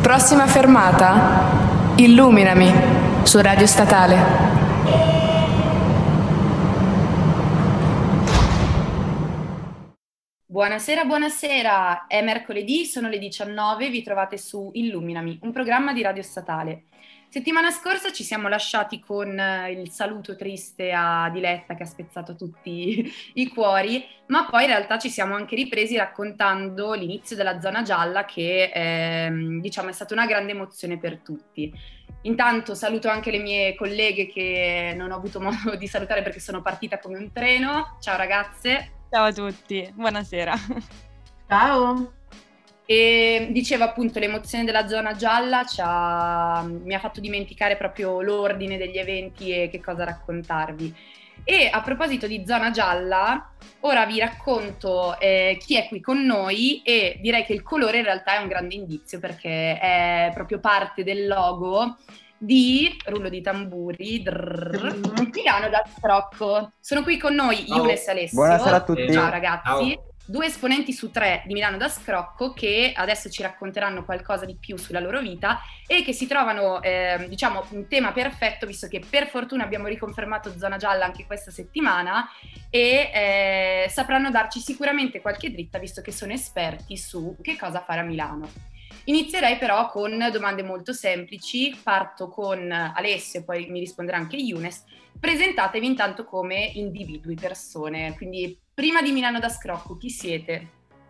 Prossima fermata, Illuminami, su Radio Statale. Buonasera, buonasera, è mercoledì, sono le 19, vi trovate su Illuminami, un programma di Radio Statale. Settimana scorsa ci siamo lasciati con il saluto triste a Diletta che ha spezzato tutti i cuori, ma poi in realtà ci siamo anche ripresi raccontando l'inizio della zona gialla che diciamo è stata una grande emozione per tutti. Intanto saluto anche le mie colleghe che non ho avuto modo di salutare perché sono partita come un treno. Ciao ragazze. Ciao a tutti, buonasera. Ciao. E dicevo appunto l'emozione della zona gialla mi ha fatto dimenticare proprio l'ordine degli eventi e che cosa raccontarvi. E a proposito di zona gialla, ora vi racconto chi è qui con noi e direi che il colore in realtà è un grande indizio perché è proprio parte del logo di rullo di tamburi Milano dal Scrocco. Sono qui con noi Younes e Alessio. Buonasera a tutti. Ciao ragazzi. Ciao. Due esponenti su tre di Milano da Scrocco che adesso ci racconteranno qualcosa di più sulla loro vita e che si trovano, diciamo, un tema perfetto visto che per fortuna abbiamo riconfermato zona gialla anche questa settimana e sapranno darci sicuramente qualche dritta visto che sono esperti su che cosa fare a Milano. Inizierei però con domande molto semplici, parto con Alessio e poi mi risponderà anche Younes. Presentatevi intanto come individui, persone, quindi prima di Milano da Scrocco, chi siete?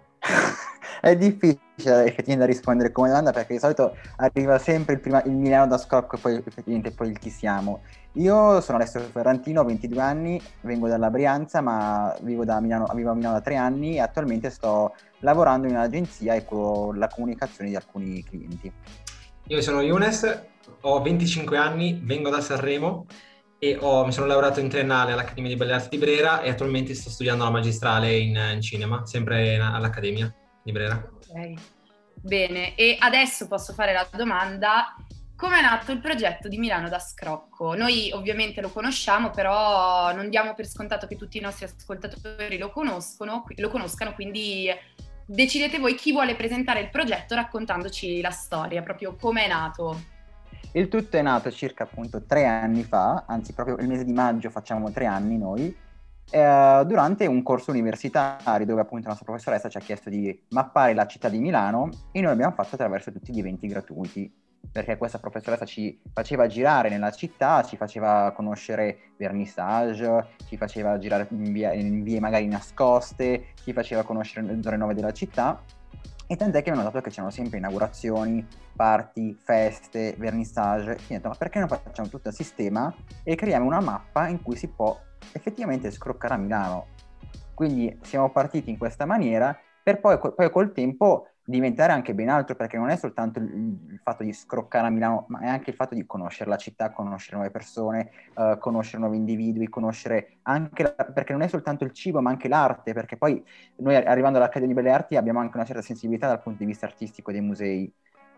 È difficile effettivamente da rispondere come domanda perché di solito arriva sempre il Milano da Scrocco e poi effettivamente poi il chi siamo. Io sono Alessio Ferrantino, ho 22 anni, vengo dalla Brianza ma vivo a Milano da 3 anni e attualmente sto lavorando in un'agenzia e con la comunicazione di alcuni clienti. Io sono Younes, ho 25 anni, vengo da Sanremo e mi sono laureato in triennale all'Accademia di Belle Arti di Brera e attualmente sto studiando la magistrale in cinema, sempre all'Accademia di Brera. Ok, bene. E adesso posso fare la domanda: come è nato il progetto di Milano da Scrocco? Noi ovviamente lo conosciamo, però non diamo per scontato che tutti i nostri ascoltatori lo conoscano, quindi decidete voi chi vuole presentare il progetto raccontandoci la storia, proprio come è nato. Il tutto è nato circa appunto 3 anni fa, anzi proprio il mese di maggio facciamo 3 anni noi, durante un corso universitario dove appunto la nostra professoressa ci ha chiesto di mappare la città di Milano e noi l'abbiamo fatto attraverso tutti gli eventi gratuiti, perché questa professoressa ci faceva girare nella città, ci faceva conoscere vernissage, ci faceva girare in vie magari nascoste, ci faceva conoscere le zone nuove della città. E tant'è che abbiamo notato che c'erano sempre inaugurazioni, party, feste, vernissage. E detto, ma perché non facciamo tutto a sistema e creiamo una mappa in cui si può effettivamente scroccare a Milano? Quindi siamo partiti in questa maniera per poi col tempo diventare anche ben altro, perché non è soltanto il fatto di scroccare a Milano, ma è anche il fatto di conoscere la città, conoscere nuove persone, conoscere nuovi individui, conoscere anche, perché non è soltanto il cibo, ma anche l'arte, perché poi noi arrivando all'Accademia di Belle Arti abbiamo anche una certa sensibilità dal punto di vista artistico dei musei.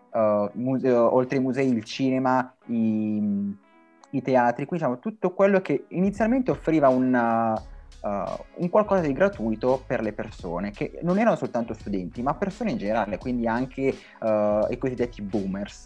Oltre ai musei, il cinema, i teatri, quindi diciamo tutto quello che inizialmente offriva un qualcosa di gratuito per le persone, che non erano soltanto studenti, ma persone in generale, quindi anche i cosiddetti boomers.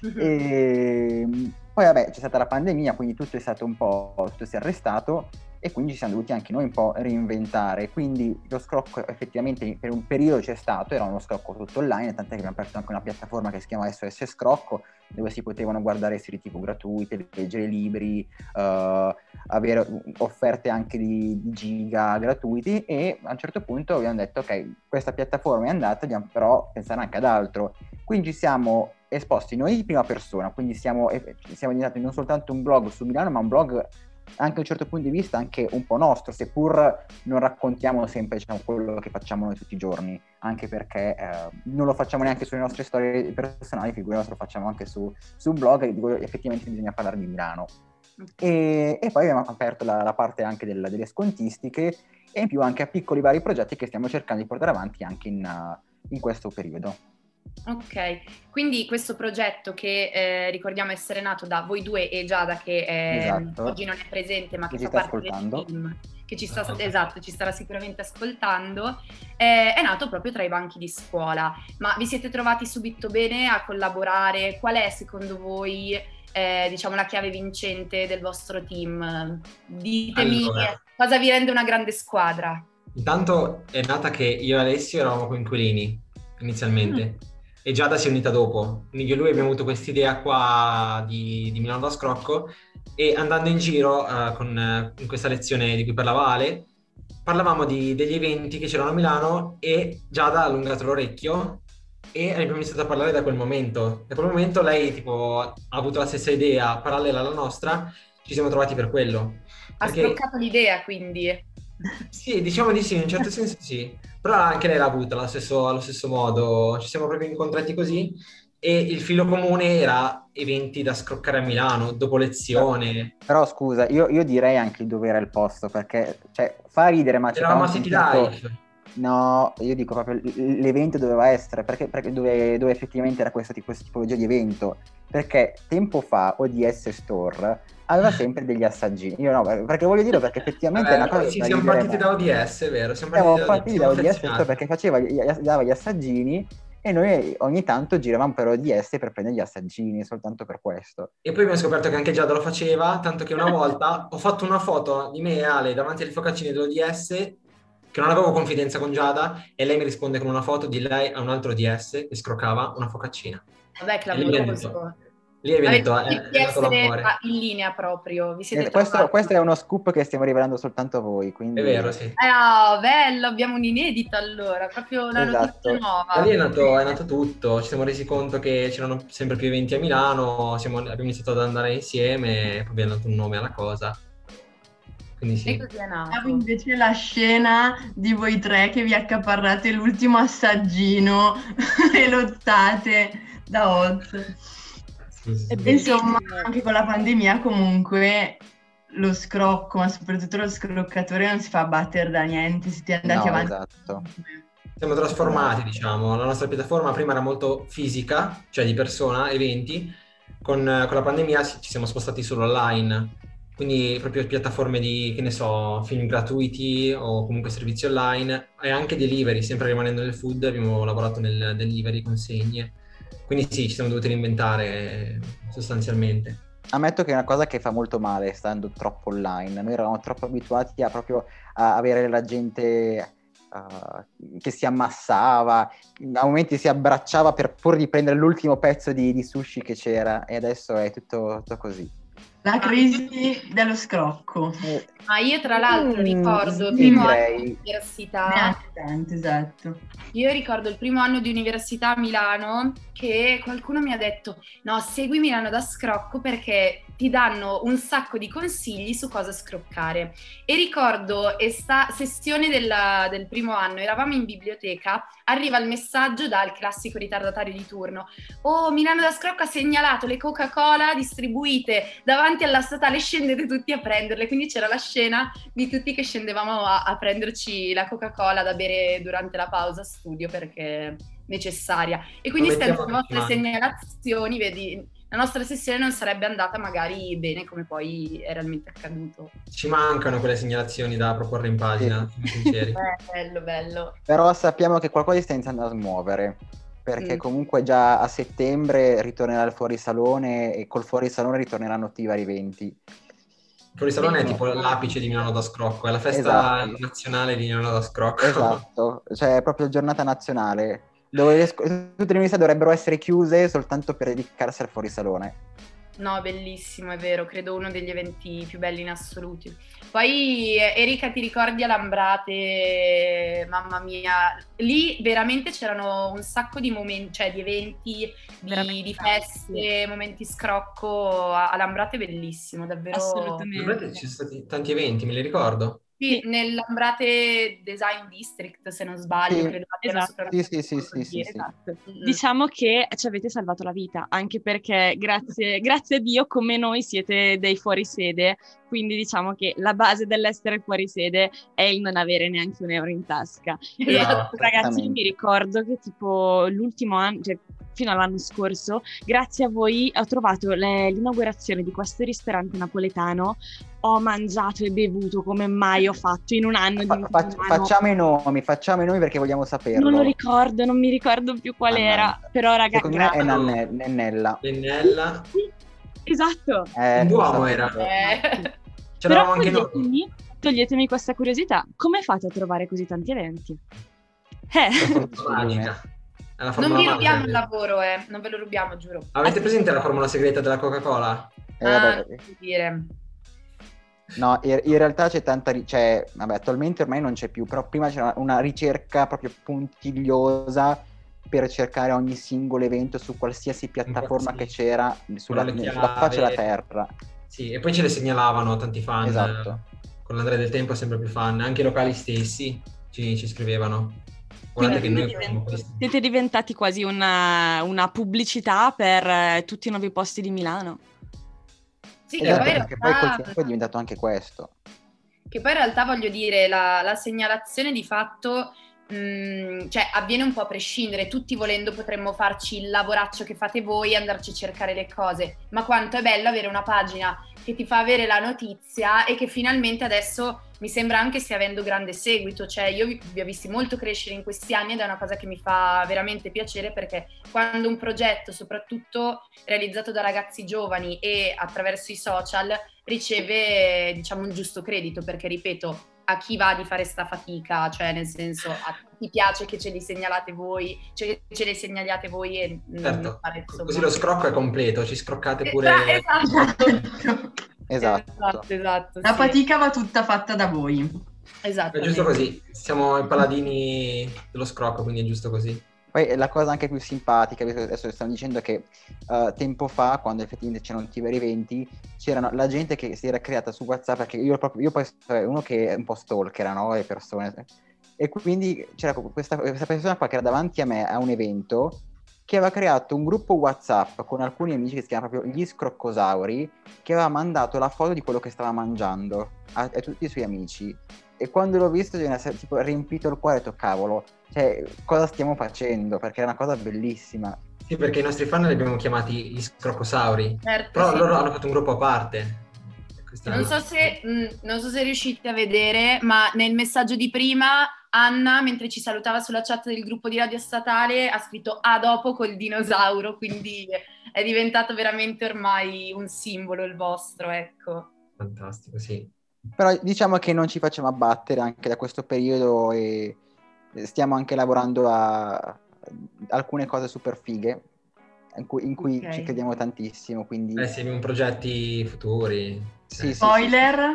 E poi vabbè c'è stata la pandemia, quindi tutto è stato tutto si è arrestato e quindi ci siamo dovuti anche noi un po' reinventare, quindi lo scrocco effettivamente per un periodo c'è stato, era uno scrocco tutto online, tant'è che abbiamo aperto anche una piattaforma che si chiama SOS Scrocco, dove si potevano guardare serie TV gratuite, leggere libri, avere offerte anche di giga gratuiti, e a un certo punto abbiamo detto ok, questa piattaforma è andata, dobbiamo però pensare anche ad altro, quindi ci siamo esposti noi in prima persona, quindi siamo diventati non soltanto un blog su Milano, ma un blog anche a un certo punto di vista anche un po' nostro, seppur non raccontiamo sempre, diciamo, quello che facciamo noi tutti i giorni, anche perché non lo facciamo neanche sulle nostre storie personali, figuriamoci, lo facciamo anche su un blog di cui effettivamente bisogna parlare di Milano. E poi abbiamo aperto la parte anche delle scontistiche e in più anche a piccoli vari progetti che stiamo cercando di portare avanti anche in questo periodo. Ok, quindi questo progetto che ricordiamo essere nato da voi due e Giada che Esatto. oggi non è presente ma che Ci fa sta parte ascoltando. del team che ci starà sicuramente ascoltando, è nato proprio tra i banchi di scuola. Ma vi siete trovati subito bene a collaborare? Qual è secondo voi diciamo la chiave vincente del vostro team? Ditemi Allora, cosa vi rende una grande squadra. intanto è nata che io e Alessio eravamo coinquilini inizialmente e Giada si è unita dopo. Quindi io e lui abbiamo avuto quest'idea qua di Milano da Scrocco e andando in giro in questa lezione di cui parlava Ale, parlavamo degli eventi che c'erano a Milano e Giada ha allungato l'orecchio e abbiamo iniziato a parlare da quel momento. Da quel momento lei tipo ha avuto la stessa idea parallela alla nostra, ci siamo trovati per quello. Ha sbloccato l'idea, quindi. Sì, diciamo di sì, in un certo senso sì, però anche lei l'ha avuta allo stesso modo, ci siamo proprio incontrati così e il filo comune era eventi da scroccare a Milano, dopo lezione. Però scusa, io direi anche dove era il posto, perché cioè, fa ridere, ma c'è Eravamo a anche un City certo... Life. No, io dico proprio l'evento doveva essere, perché dove effettivamente era questa tipologia di evento, perché tempo fa ODS Store aveva sempre degli assaggini. Io no, perché voglio dire, perché effettivamente è una cosa Sì, da siamo ridere, partiti ma- da ODS, è vero, Siamo partiti da ODS Store affezionati. perché dava gli assaggini e noi ogni tanto giravamo per ODS per prendere gli assaggini, soltanto per questo. E poi abbiamo scoperto che anche Giada lo faceva, tanto che una volta ho fatto una foto di me e Ale davanti alle focaccine dell'ODS, che non avevo confidenza con Giada, e lei mi risponde con una foto di lei a un altro ODS che scroccava una focaccina. Vabbè, E clamoroso. lì abbiamo detto, Avete di è nato essere l'amore. in linea proprio, vi siete Questo trovati. è uno scoop che stiamo rivelando soltanto a voi, quindi... È vero, sì. Bello, abbiamo un inedito allora, proprio una notizia Esatto. Da lì nuova. è nato tutto, ci siamo resi conto che c'erano sempre più eventi a Milano, abbiamo iniziato ad andare insieme, poi abbiamo dato un nome alla cosa. Quindi E sì. così è Avevo nato. invece la scena di voi tre che vi accaparrate l'ultimo assaggino e lottate da Oz. Sì. È Insomma, bellissimo. anche con la pandemia comunque lo scrocco, ma soprattutto lo scroccatore non si fa battere da niente, siete andati No, avanti. esatto. Siamo trasformati, diciamo. La nostra piattaforma prima era molto fisica, cioè di persona, eventi. Con la pandemia ci siamo spostati solo online. Quindi proprio piattaforme di, che ne so, film gratuiti o comunque servizi online e anche delivery, sempre rimanendo nel food, abbiamo lavorato nel delivery consegne. Quindi sì, ci siamo dovuti reinventare sostanzialmente. Ammetto che è una cosa che fa molto male stando troppo online. Noi eravamo troppo abituati a proprio a avere la gente che si ammassava, a momenti si abbracciava per pur di prendere l'ultimo pezzo di sushi che c'era, e adesso è tutto così. La crisi dello scrocco. Ma io tra l'altro ricordo il sì, primo anno direi. di università. Neanche tanto, esatto. Io ricordo il primo anno di università a Milano che qualcuno mi ha detto no, segui Milano da Scrocco perché ti danno un sacco di consigli su cosa scroccare. E ricordo questa sessione del primo anno, eravamo in biblioteca, arriva il messaggio dal classico ritardatario di turno: oh, Milano da Scrocco ha segnalato le Coca-Cola distribuite davanti alla statale, scendete tutti a prenderle. Quindi c'era la scena di tutti che scendevamo a prenderci la Coca-Cola da bere durante la pausa studio perché necessaria. E quindi senza le vostre segnalazioni, vedi, la nostra sessione non sarebbe andata magari bene come poi è realmente accaduto. Ci mancano quelle segnalazioni da proporre in pagina, siamo sinceri. Bello. Però sappiamo che qualcosa sta iniziando a smuovere, perché comunque già a settembre ritornerà il fuorisalone e col fuorisalone ritorneranno tutti i vari eventi. Fuorisalone è tipo l'apice di Milano da Scrocco, è la festa nazionale di Milano da Scrocco. Esatto, cioè è proprio giornata nazionale, dove tutte le università dovrebbero essere chiuse soltanto per dedicarsi al fuorisalone. No, bellissimo, è vero, credo uno degli eventi più belli in assoluto. Poi Erika, ti ricordi a Lambrate? Mamma mia, lì veramente c'erano un sacco di momenti, cioè di eventi, di feste, momenti scrocco. A Lambrate bellissimo, davvero. Assolutamente. Ci sono stati tanti eventi, me li ricordo. Sì, nel Lambrate Design District, se non sbaglio, Sì, credo esatto. Sì. Esatto. Diciamo che ci avete salvato la vita, anche perché grazie a Dio come noi siete dei fuorisede, quindi diciamo che la base dell'essere fuorisede è il non avere neanche un euro in tasca. Esatto. E ragazzi, mi ricordo che tipo l'ultimo anno, cioè fino all'anno scorso, grazie a voi ho trovato l'inaugurazione di questo ristorante napoletano. Ho mangiato e bevuto come mai ho fatto in un anno di Facciamo i nomi perché vogliamo saperlo. Non lo ricordo, non mi ricordo più qual era, però ragazzi... Secondo me è Nennella. Nennella. Sì, esatto. Un Duomo era. Però Anche noi. toglietemi questa curiosità, come fate a trovare così tanti eventi? Magica. Non vi rubiamo il lavoro, non ve lo rubiamo, giuro. Avete presente la formula segreta della Coca-Cola? Dire. No, in realtà c'è tanta attualmente ormai non c'è più, però prima c'era una ricerca proprio puntigliosa per cercare ogni singolo evento su qualsiasi piattaforma che c'era sulla faccia della terra. Sì, e poi ce le segnalavano tanti fan. Esatto. Con l'andare del tempo sempre più fan, anche i locali stessi ci scrivevano. Guardate che noi siete diventati quasi una pubblicità per tutti i nuovi posti di Milano. Sì, esatto, perché poi col tempo è diventato anche questo. Che poi in realtà voglio dire, la segnalazione di fatto avviene un po' a prescindere. Tutti volendo potremmo farci il lavoraccio che fate voi e andarci a cercare le cose, ma quanto è bello avere una pagina che ti fa avere la notizia e che finalmente adesso mi sembra anche stia avendo grande seguito. Cioè io vi ho visti molto crescere in questi anni ed è una cosa che mi fa veramente piacere, perché quando un progetto, soprattutto realizzato da ragazzi giovani e attraverso i social, riceve un giusto credito, perché ripeto, a chi va di fare sta fatica, cioè nel senso a chi piace che ce li segnalate voi, cioè che ce le segnaliate voi e certo. Fare, così lo scrocco è completo, ci scroccate pure. Esatto. La fatica va tutta fatta da voi. Esatto. È giusto così, siamo i paladini dello scrocco, quindi è giusto così. Poi la cosa anche più simpatica, adesso stanno dicendo che tempo fa, quando effettivamente c'erano i veri eventi, c'era la gente che si era creata su WhatsApp, perché io poi sono uno che è un po' stalker, no? Le persone. E quindi c'era questa persona qua che era davanti a me a un evento, che aveva creato un gruppo WhatsApp con alcuni amici che si chiamano proprio gli Scroccosauri, che aveva mandato la foto di quello che stava mangiando a tutti i suoi amici. E quando l'ho visto mi ha tipo riempito il cuore e ho detto cavolo, cioè cosa stiamo facendo? Perché è una cosa bellissima. Sì, perché i nostri fan li abbiamo chiamati gli Scroccosauri, certo, però sì. Loro hanno fatto un gruppo a parte. Non so se riuscite a vedere, ma nel messaggio di prima Anna, mentre ci salutava sulla chat del gruppo di Radio Statale, ha scritto "a dopo" col dinosauro, quindi è diventato veramente ormai un simbolo il vostro, ecco. Fantastico, sì. Però diciamo che non ci facciamo abbattere anche da questo periodo e stiamo anche lavorando a alcune cose super fighe in cui ci crediamo tantissimo, quindi... sì, abbiamo progetti futuri. Sì, spoiler?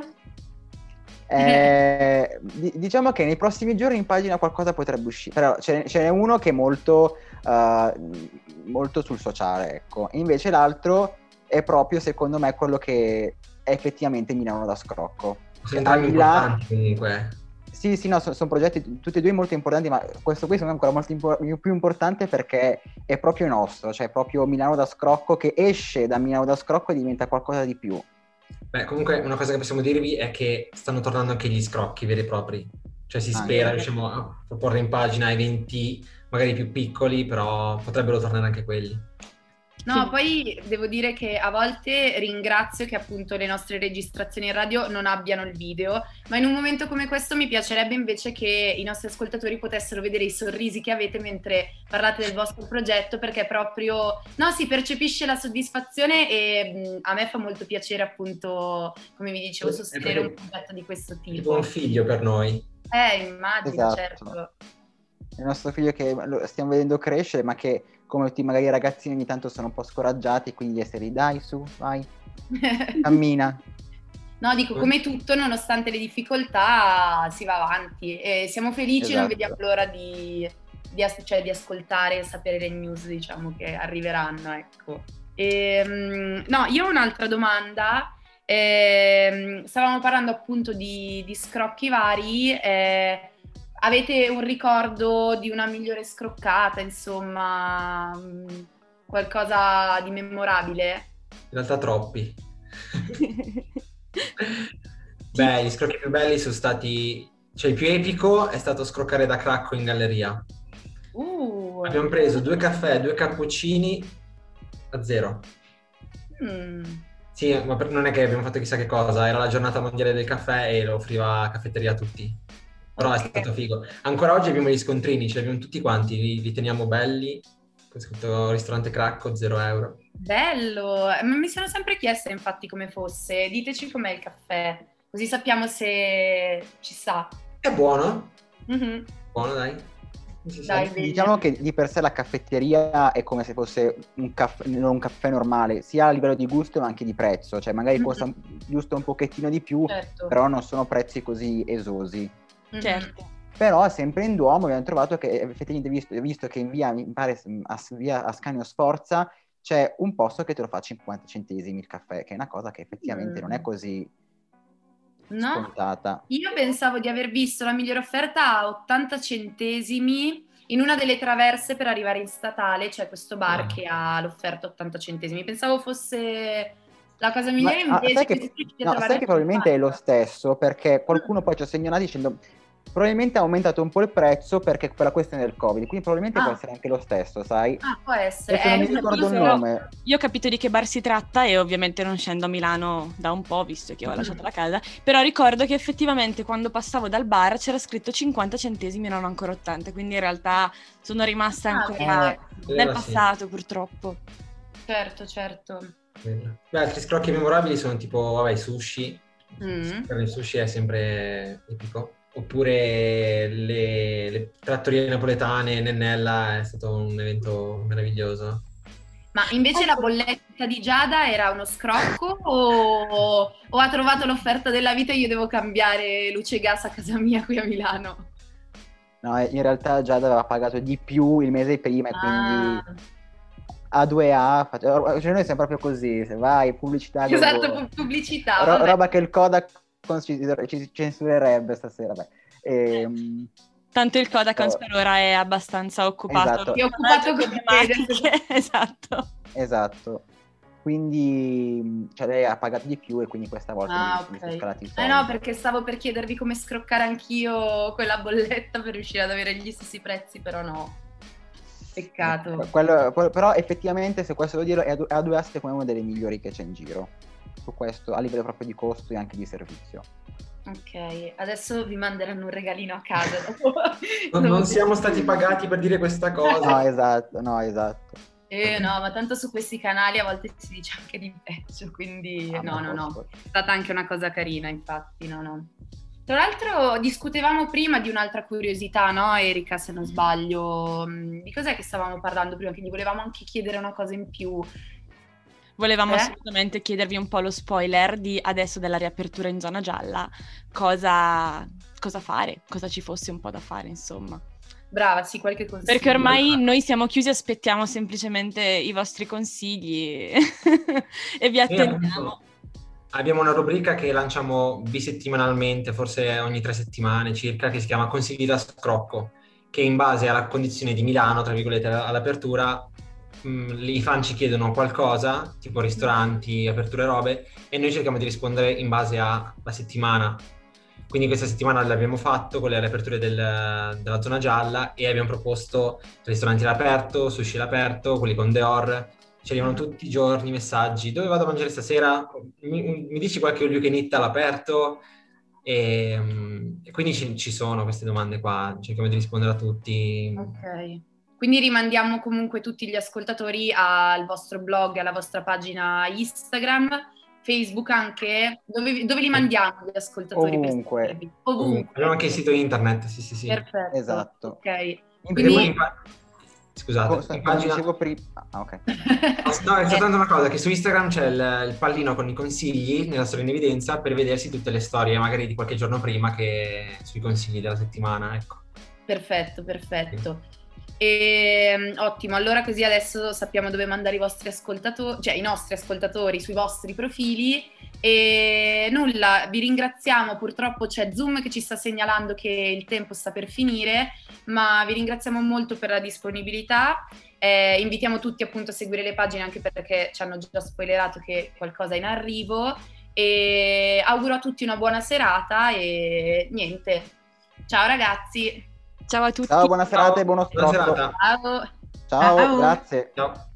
Diciamo che nei prossimi giorni in pagina qualcosa potrebbe uscire, però ce n'è uno che è molto sul sociale, ecco. Invece l'altro è proprio, secondo me, quello che è effettivamente Milano da scrocco. Sono entrambi importanti comunque. Sì, no, sono progetti tutti e due molto importanti, ma questo qui secondo me è ancora molto più importante perché è proprio nostro, cioè proprio Milano da scrocco che esce da Milano da scrocco e diventa qualcosa di più. Beh, comunque una cosa che possiamo dirvi è che stanno tornando anche gli scrocchi veri e propri, cioè si spera riusciamo a proporre in pagina eventi magari più piccoli, però potrebbero tornare anche quelli. No, poi devo dire che a volte ringrazio che appunto le nostre registrazioni in radio non abbiano il video, ma in un momento come questo mi piacerebbe invece che i nostri ascoltatori potessero vedere i sorrisi che avete mentre parlate del vostro progetto, perché proprio, si percepisce la soddisfazione e a me fa molto piacere appunto, come vi dicevo, sostenere un progetto di questo tipo. Tipo un figlio per noi. Immagino, esatto. Certo. È il nostro figlio che lo stiamo vedendo crescere, ma che come tutti magari i ragazzini ogni tanto sono un po' scoraggiati, quindi essere dai su, vai, cammina. No, dico, come tutto, nonostante le difficoltà si va avanti e siamo felici, non vediamo l'ora di ascoltare e sapere le news, diciamo, che arriveranno, ecco. Io ho un'altra domanda. Stavamo parlando appunto di scrocchi vari. Avete un ricordo di una migliore scroccata, insomma, qualcosa di memorabile? In realtà troppi. Beh, gli scrocchi più belli sono stati... Cioè il più epico è stato scroccare da Cracco in galleria. buoni. Abbiamo preso 2 caffè, 2 cappuccini a 0. Sì, ma non è che abbiamo fatto chissà che cosa, era la giornata mondiale del caffè e lo offriva caffetteria a tutti. Però è stato figo. Ancora oggi abbiamo gli scontrini, ce li abbiamo tutti quanti, li teniamo belli. Con scritto ristorante Cracco, 0 euro. Bello, ma mi sono sempre chiesta infatti come fosse. Diteci com'è il caffè, così sappiamo se ci sa. È buono? Mhm. Buono, dai. Sì, Dai, sì. vedi. Diciamo che di per sé la caffetteria è come se fosse non un caffè normale, sia a livello di gusto ma anche di prezzo, cioè magari costa giusto un pochettino di più, Certo. però non sono prezzi così esosi. Certo. Però sempre in Duomo abbiamo trovato che effettivamente, visto che in via, mi pare via Ascanio Sforza, c'è un posto che te lo fa a 50 centesimi il caffè, che è una cosa che effettivamente non è così scontata. Io pensavo di aver visto la migliore offerta a 80 centesimi in una delle traverse per arrivare in statale, c'è questo bar che ha l'offerta 80 centesimi. Pensavo fosse la cosa migliore, invece sai che probabilmente è lo stesso, perché qualcuno poi ci ha segnalato dicendo probabilmente ha aumentato un po' il prezzo perché per la questione del Covid, quindi probabilmente può essere anche lo stesso, sai? Può essere. Adesso non mi ricordo il nome. Io ho capito di che bar si tratta e ovviamente non scendo a Milano da un po', visto che ho lasciato la casa, però ricordo che effettivamente quando passavo dal bar c'era scritto 50 centesimi e non ancora 80, quindi in realtà sono rimasta ancora nel passato, purtroppo. Certo. Beh, altri scrocchi memorabili sono tipo, vabbè, i sushi. Il sushi è sempre epico. Oppure le trattorie napoletane, Nennella, è stato un evento meraviglioso. Ma invece la bolletta di Giada era uno scrocco o ha trovato l'offerta della vita e io devo cambiare luce e gas a casa mia qui a Milano? No, in realtà Giada aveva pagato di più il mese prima e quindi A2A, cioè noi siamo proprio così, se vai, pubblicità. Esatto, pubblicità. Roba che il Kodak ci censurerebbe stasera. Tanto il Kodak per ora è abbastanza occupato. Esatto. È occupato con Esatto. Esatto. Quindi lei ha pagato di più e quindi questa volta mi sono scalati i soldi. No, perché stavo per chiedervi come scroccare anch'io quella bolletta per riuscire ad avere gli stessi prezzi, però no. Peccato. Però effettivamente, se questo devo dire, A2A è come una delle migliori che c'è in giro. Su questo, a livello proprio di costo e anche di servizio. Ok, adesso vi manderanno un regalino a casa. Non siamo stati pagati per dire questa cosa. No, esatto. No, ma tanto su questi canali a volte si dice anche di peggio, quindi no. È stata anche una cosa carina, infatti, no. Tra l'altro discutevamo prima di un'altra curiosità, no Erika, se non sbaglio? Di cos'è che stavamo parlando prima? Che gli volevamo anche chiedere una cosa in più. Volevamo assolutamente chiedervi un po' lo spoiler di adesso della riapertura in zona gialla, cosa fare, cosa ci fosse un po' da fare, insomma. Brava, sì, qualche consiglio. Perché ormai noi siamo chiusi, aspettiamo semplicemente i vostri consigli e vi attendiamo. Abbiamo una rubrica che lanciamo bisettimanalmente, forse ogni 3 settimane circa, che si chiama Consigli da scrocco, che in base alla condizione di Milano, tra virgolette, all'apertura, i fan ci chiedono qualcosa, tipo ristoranti, aperture, robe, e noi cerchiamo di rispondere in base alla settimana. Quindi questa settimana l'abbiamo fatto con le riaperture della zona gialla e abbiamo proposto ristoranti all'aperto, sushi all'aperto, quelli con Deor. Ci arrivano tutti i giorni messaggi: dove vado a mangiare stasera? Mi dici qualche all you can eat all'aperto? E quindi ci sono queste domande qua, cerchiamo di rispondere a tutti. Ok. Quindi rimandiamo comunque tutti gli ascoltatori al vostro blog, alla vostra pagina Instagram, Facebook anche. Dove li mandiamo gli ascoltatori? Ovunque. Abbiamo anche il sito internet, sì. Perfetto. Esatto. Ok. Quindi... Scusate, in pagina... dicevo prima... ok. No, è soltanto una cosa, che su Instagram c'è il pallino con i consigli nella storia in evidenza per vedersi tutte le storie, magari di qualche giorno prima, che sui consigli della settimana, ecco. Perfetto. Ottimo, allora così adesso sappiamo dove mandare i vostri ascoltatori, cioè i nostri ascoltatori sui vostri profili. E nulla, vi ringraziamo. Purtroppo c'è Zoom che ci sta segnalando che il tempo sta per finire, ma vi ringraziamo molto per la disponibilità. Invitiamo tutti appunto a seguire le pagine, anche perché ci hanno già spoilerato che qualcosa è in arrivo, e auguro a tutti una buona serata e niente, ciao ragazzi. Ciao a tutti. Ciao, buona serata e buono Buona scrocco. serata. Ciao. Ciao, Ciao. grazie. Ciao.